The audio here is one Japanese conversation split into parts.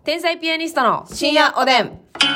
天才ピアニストの深夜おでん。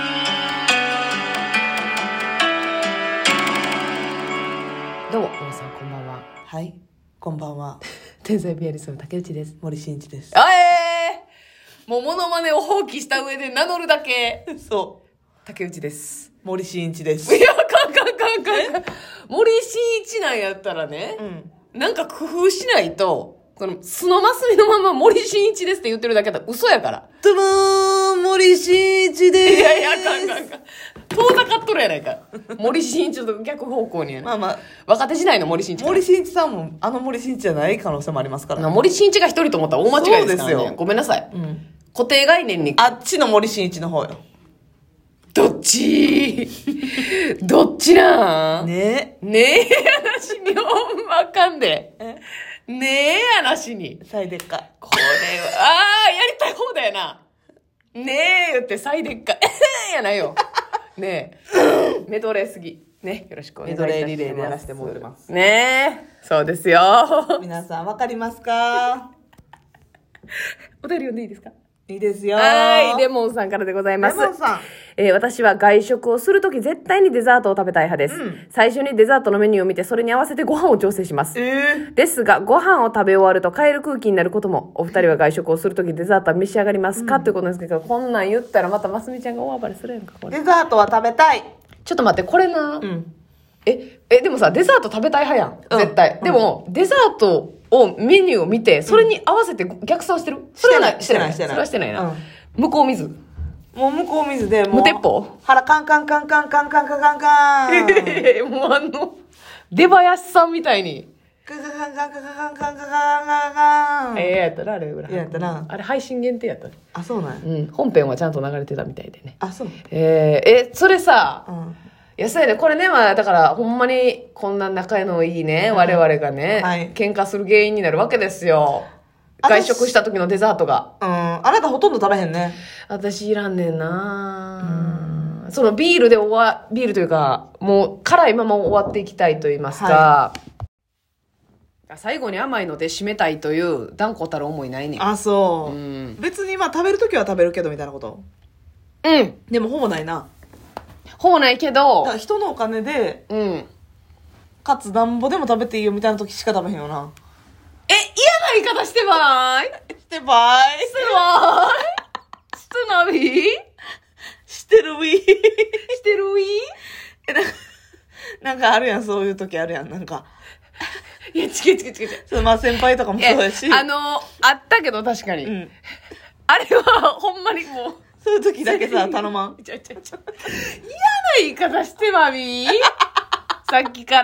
どうも皆さんこんばんは。 はい、こんばんは。 天才ピアニストの竹内です。 森進一です。 もうモノマネを放棄した上で名乗るだけ。 そう。 竹内です。 森進一です。 いや、かん。森進一なんやったらね、なんか工夫しないと、この素のマスミのまま森進一ですって言ってるだけだ。嘘やから。 トゥルーン、森進一です。 いや、かん。遠ざかっとるやないか。森進一と逆方向にやね。 まあ、 若手時代の森進一。 森進一さんもあの森進一じゃない可能性もありますから、 森進一が一人と思ったら大間違いですからね。 そうですよ。 ごめんなさい。固定概念に。 あっちの森進一の方よ。 どっちどっちなんねえ話にほんまあかんで。ねえ話に。 最でっか。 これは、やりたい方だよな。ねえ言って最でっか。やないよ。ねえ。メドレーすぎ。ね、よろしくお願いいたします。 メドレーリレーでやらせてもらってます。 ねえ。そうですよ。 皆さんわかりますか？ お便り読んでいいですか？ いいですよ。 はい、レモンさんからでございます。 レモンさん。 私は外食をするとき絶対にデザートを食べたい派です。最初にデザートのメニューを見てそれに合わせてご飯を調整します。ですが、ご飯を食べ終わると帰る空気になることも。お二人は外食をするときデザートは召し上がりますか、ということなんですけど、こんなん言ったらまたますみちゃんが大暴れするやんか、これ。 デザートは食べたい。 ちょっと待って、これな。でもさ、デザート食べたい派やん。絶対。でも、デザートをメニューを見て、それに合わせて逆算してる？それはない。してない。それはしてないな。向こう見ず。 もう向こう水で、もう。 無鉄砲？ 腹カンカンカンカンカンカンカンカンカン。 もう出囃子さんみたいに。 カンカンカンカンカンカンカンカンカンカン。 やったな、あれ。 やったな。 あれ配信限定やった。 あ、そうなんや。本編はちゃんと流れてたみたいでね。 あ、そう。 それさ、いや、そうやね。これね、だから、ほんまに、こんな仲のいいね、我々がね、喧嘩する原因になるわけですよ。外食した時のデザートが。 あなたほとんど食べへんね。 私いらんねんな。そのビールというか、もう辛いまま終わっていきたいと言いますか、最後に甘いので締めたいという断固たる思いないねん。 あ、そう。別に食べる時は食べるけどみたいなこと？でもほぼないな。 ほぼないけど。 だから人のお金で、かつなんぼでも食べていいよみたいな時しか食べへんよな。 嫌な言い方してばーい。 してばーい。 してないしてるウィー。 してるウィーなんかあるやん、そういう時あるやん、なんか。 いや、違う。 まあ先輩とかもそうやし。 あったけど確かに。あれは、ほんまにもう。 そういう時だけさ、頼まん。 嫌な言い方してまみさっきから。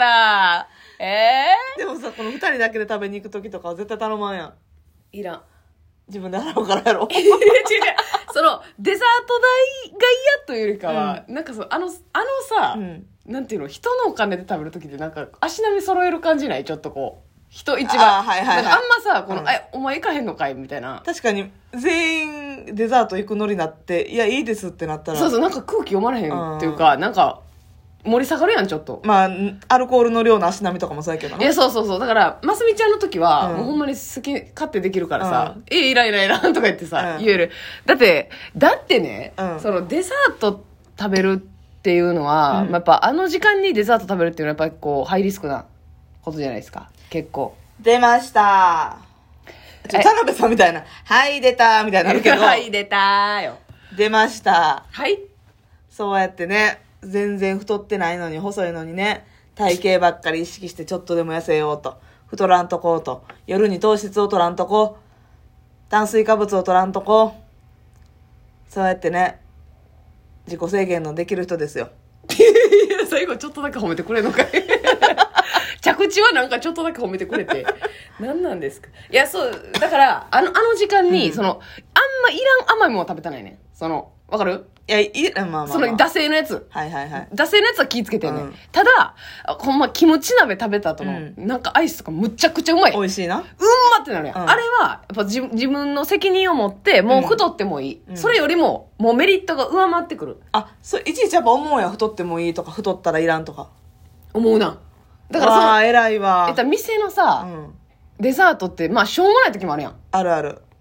でもさ、この二人だけで食べに行く時とかは絶対頼まんやん。 いらん。 自分で払うからやろ。 違う。その、デザート代が嫌というよりかは、なんかさ、なんていうの、人のお金で食べる時ってなんか足並み揃える感じない？ちょっとこう。人一番。あんまさ、お前行かへんのかいみたいな。 確かに、全員デザート行くノリになって、いや、いいですってなったら。 そう、なんか空気読まれへんっていうか、なんか、盛り下がるやん、ちょっと。 まあ、アルコールの量の足並みとかもそうやけどな。 いや、そう。だから、ますみちゃんの時は、もうほんまに好き勝手できるからさ、いらんとか言ってさ、言える。だってね、そのデザート食べるっていうのは、やっぱあの時間にデザート食べるっていうのはやっぱりこう、ハイリスクなことじゃないですか。結構。 出ました田辺さんみたいな、はい出たみたいになるけど。 はい出たよ。 出ました。 はい。 そうやってね、全然太ってないのに細いのにね、体型ばっかり意識してちょっとでも痩せようと、太らんとこうと、夜に糖質を取らんとこう、炭水化物を取らんとこう、そうやってね、自己制限のできる人ですよ。 いや、最後ちょっとだけ褒めてくれんのかい。着地はなんかちょっとだけ褒めてくれて。何なんですか？いや、そう、だから、あの時間に、あんまいらん甘いもの食べたないね。わかる？ いや、まあ。 その、惰性のやつ。 はい。 惰性のやつは気ぃつけてんね。ただ、ほんま、キムチ鍋食べた後の、なんかアイスとかむちゃくちゃうまい。 美味しいな。 まってなるやん。あれは、やっぱ自分の責任を持って、もう太ってもいい。それよりも、もうメリットが上回ってくる。 いちいちやっぱ思うやん。太ってもいいとか、太ったらいらんとか。 思うな。だから偉いわ。 店のさ、デザートって、まあ、しょうもない時もあるやん。 ある。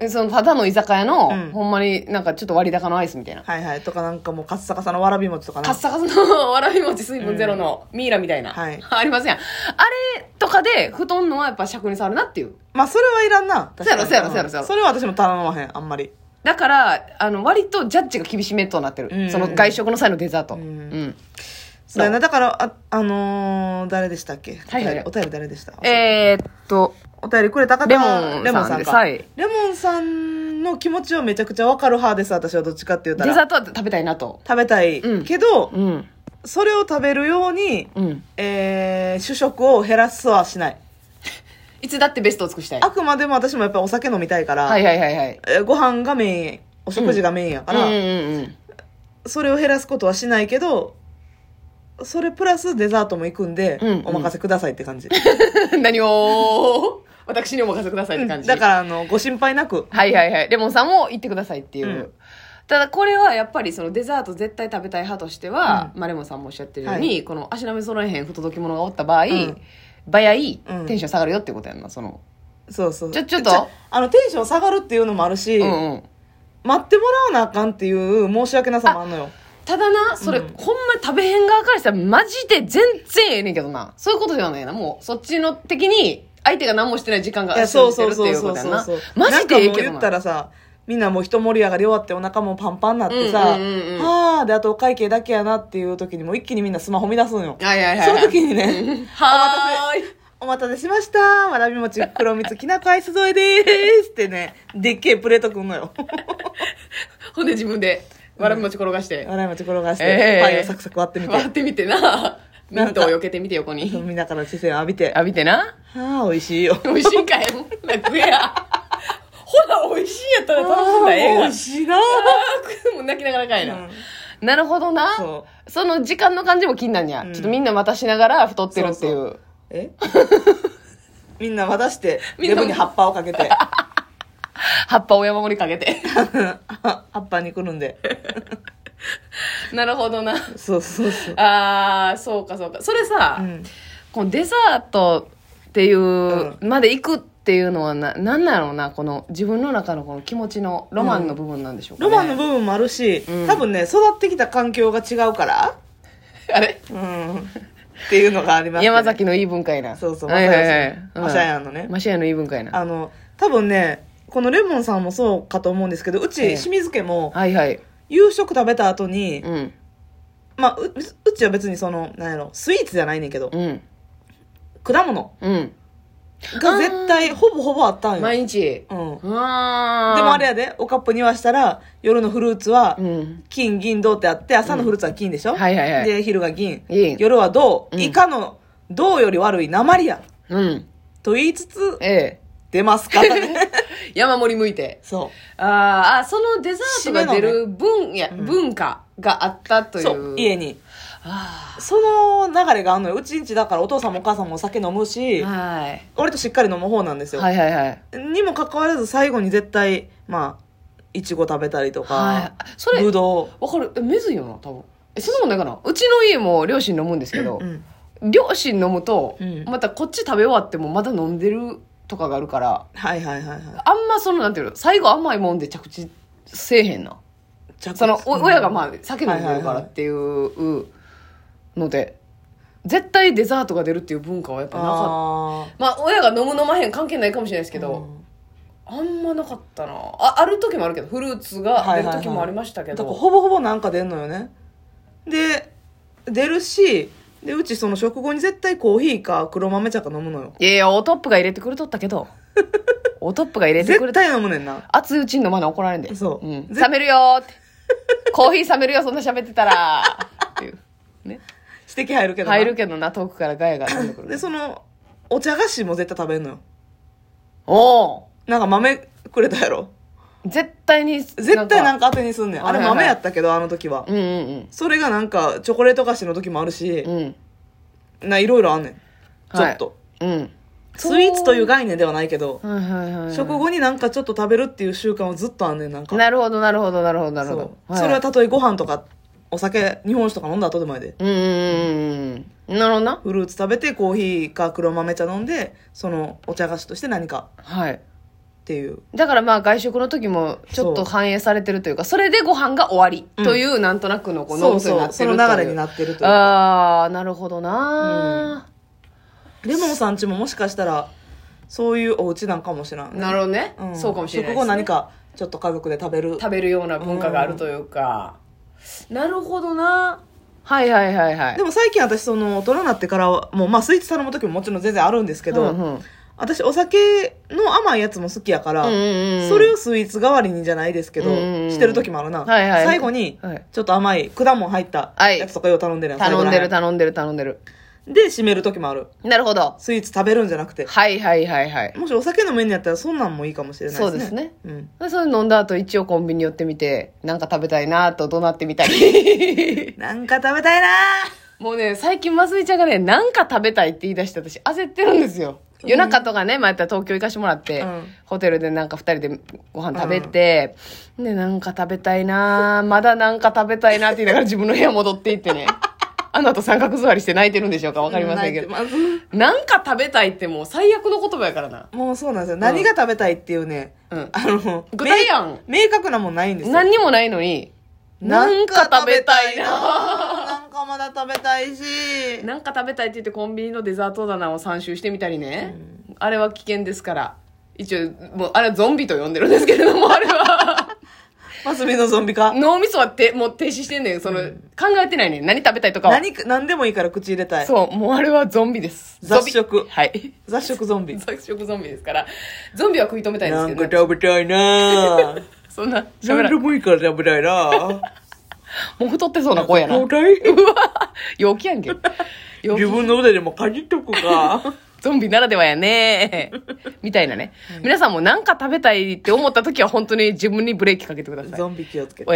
そのただの居酒屋の、 うんほんまになんかちょっと割高のアイスみたいな。 はいはい。とかなんかもうカッサカサのわらび餅とかな。 カッサカサのわらび餅水分ゼロのミイラみたいな。 はいありますやん。あれとかで太んのはやっぱ尺に触るなっていう。 まあそれはいらんな。確かにそうやろそうやろそうやろそれは私も頼まへん、あんまり。 だから、割とジャッジが厳しめとなってる。 うんその外食の際のデザート。 ううんん。 そうやな。だから、誰でしたっけ、 はいはいお便り誰でしたおお便りくれた方レモンさんです。 か。 はい。 レモンさんの気持ちはめちゃくちゃわかる派です、私はどっちかって言ったら。 デザートは食べたいなと。 食べたい、 うんけど、 うん。 それを食べるように、 うん。 主食を減らすはしない。 いつだってベストを尽くしたい。 あくまでも私もやっぱりお酒飲みたいから、 はいはいはいはい。 ご飯がメイン、お食事がメインやから、 うんうんそれを減らすことはしないけど、それプラスデザートも行くんで、 うんお任せくださいって感じ。 うん。何を私にお任せくださいって感じ。 だからご心配なく。 はいはいはい。レモンさんも言ってくださいっていう。 うんただこれはやっぱりそのデザート絶対食べたい派としては、まあレモンさんもおっしゃってるように、 はこの足並み揃えへん不届き者がおった場合、 ん早いうんテンション下がるよってことやんな、その。 そうそう。 ちょっとテンション下がるっていうのもあるし、 うんうん。 待ってもらわなあかんっていう申し訳なさもあんのよ。 ただな、それ、 うんほんまに食べへん側からしたらマジで全然ええねんけどな。そういうことではないな。もうそっちの的に相手が何もしてない時間がいや、 過そうぎてるっていうそうそうそうことやんなそう。。 マジでええけどなんかもう言ったらさ、みんなもう一盛り上がり終わってお腹もパンパンになってさ、 うんうんうんうんはあ、で、あとお会計だけやなっていう時にもう一気にみんなスマホ見出すのよ。 はいはいはい。 その時にね、 はーい。 お待たせしました。わらび餅黒蜜きなこアイス添えでーすってね、でっけえプレートくんのよ。 ほんで自分でわらび餅転がして、 わらび餅転がして、 ええパイをサクサク割ってみて。 割ってみてな。ミントを避けてみて横に。 みんなから視線を浴びて。 浴びてな。 はあ、美味しいよ。 美味しいんかい。食えや。ほな、美味しいやったら楽しんだらええが。 美味しいな。 もう泣きながらかいな。 うんなるほどな。 そその時間の感じも気になんや。 うんちょっとみんな待たしながら太ってるっていう。 そうえみんな渡して、 みんなデブに葉っぱをかけて、 葉っぱを山盛りかけて。 葉っぱにくるんで。 なるほどな。 そうそうそう。 あー、そうかそうか。それさ、 うんこのデザートっていう、 うまで行くっていうのはなんだろうな、この自分の中のこの気持ちのロマンの部分なんでしょうかね。 ロマンの部分もあるし、 うん多分ね、育ってきた環境が違うから、 あれうん。っていうのがありますね。 山崎の言い分かいな。 そうそう、 はいはいはい。 マシャヤンのね。 マシャヤンの言い分かいな。 多分ね、このレモンさんもそうかと思うんですけど、うち、 ええ清水家も、 はいはい。 夕食食べた後に、 うん。 まあ、うちは別になんやろ、スイーツじゃないねんけど、 うん。 果物うん。 が絶対、ほぼほぼあったんよ。 毎日。 うん。 あー。 でもあれやで、おカップにはしたら、夜のフルーツはう、ん。 金、銀、銅ってあって、朝のフルーツは金でしょ、 はいはいはい。 で、昼が銀。 銀夜は銅。 うん以下の銅より悪い鉛や。 うん。 と言いつつ、 え出ますからね。 え。山盛り向いて。 そう。 そのデザートが出る文化があったという。 そう、家に。 あその流れがあるのよ。うちんちだからお父さんもお母さんもお酒飲むし、 ーはい。 割としっかり飲む方なんですよ。 はいはいはい。 にもかかわらず最後に絶対、まあ、いちご食べたりとか、 はい。それ、 ぶどわかる。めずいよな、多分。そんなことないかな。うちの家も両親飲むんですけど、 う。うん。 両親飲むと、 うんまたこっち食べ終わってもまだ飲んでるとかがあるから、 はいはいはいはい。 あんまなんていうの、最後甘いもんで着地せえへんな。親がまあ酒飲んでるからっていうので、絶対デザートが出るっていう文化はやっぱなかった。 あまあ親が飲む飲まへん関係ないかもしれないですけど、あんまなかったな。ある時もあるけど、フルーツが出る時もありましたけど。 だからほぼほぼなんか出んのよね。で、出るし、で、うち食後に絶対コーヒーか黒豆茶か飲むのよ。 いやいや、おトップが入れてくれとったけど、おトップが入れてくれ絶対飲むねんな。 熱いうちに飲まな怒られんで。 そうん。冷めるよーって。コーヒー冷めるよ、そんな喋ってたら。っていう。ね。 指摘入るけどな。 入るけどな、遠くからガヤが飛んでくる。 で、お茶菓子も絶対食べんのよ。 おーなんか豆くれたやろ。 絶対に、 絶対なんか当てにすんねん。あれはいはいはい豆やったけど、あの時は。 うんうんそれがなんか、チョコレート菓子の時もあるしうん。う、ん。 いろいろあんねん。ちょっと。 うん。 スイーツという概念ではないけど、 はいはいはい。 食後になんかちょっと食べるっていう習慣はずっとあんねん、なんか。 なるほど、なるほど、なるほど、なるほそうど。 それはたとえご飯とか、お酒、日本酒とか飲んだ後でもやで。 うんうんうんうん。なるほどな。 フルーツ食べて、コーヒーか黒豆茶飲んで、お茶菓子として何か。 はい。 っていう。 だからまあ外食の時もちょっと反映されてるというか、それでご飯が終わりという、なんとなくのこう脳みそになってるという。 その流れになってるというか。 ああ、なるほどな、 レモンさんちももしかしたら、そういうお家なんかもしれない、ね。 なるほどね、そうかもしれないです、ね。 食後何かちょっと家族で食べるような文化があるというか。なるほどな。はいはいはいはい。 でも最近私その大人になってからはもうまあスイーツ頼む時ももちろん全然あるんですけど、私お酒の甘いやつも好きやから、それをスイーツ代わりにじゃないですけど、してる時もあるな、最後にちょっと甘い果物入ったやつとかよう頼んでるやん、 頼んでるで締める時もある。 なるほど。 スイーツ食べるんじゃなくて、 はいはいはいはい。 もしお酒飲めんやったらそんなんもいいかもしれないですね。 そうですね、それ飲んだ後一応コンビニ寄ってみてなんか食べたいなと怒鳴ってみたりなんか食べたいなもうね最近ますみちゃんがねなんか食べたいって言い出して私焦ってるんですよ。夜中とかね、前やったら東京行かしてもらって、ホテルでなんか2人でご飯食べて、でなんか食べたいなまだなんか食べたいなって言いながら自分の部屋戻っていってねあの後三角座りして泣いてるんでしょうかわかりませんけど、なんか食べたいってもう最悪の言葉やからな。 もうそうなんですよ、何が食べたいっていうね、 具体案明確なもんないんですよ。 何にもないのになんか食べたいななんかまだ食べたいしなんか食べたいって言ってコンビニのデザート棚を3周してみたりね、あれは危険ですから、一応もうあれはゾンビと呼んでるんですけれども、あれはマスミのゾンビか。 脳みそはもう停止してんねん。考えてないねん。何食べたいとかは。 何でもいいから口入れたい。 そう、もうあれはゾンビです。 雑食。 はい。 雑食ゾンビ。 雑食ゾンビですから。ゾンビは食い止めたいんですけど、 なんか食べたいなそんな、 何でもいいから食べたいなもう太ってそうな子やな。 うわ、 陽気やんけ。 自分の腕でもかじっとくか。 ゾンビならではやねみたいなね、皆さんも何か食べたいって思った時は本当に自分にブレーキかけてください。 ゾンビ気をつけて。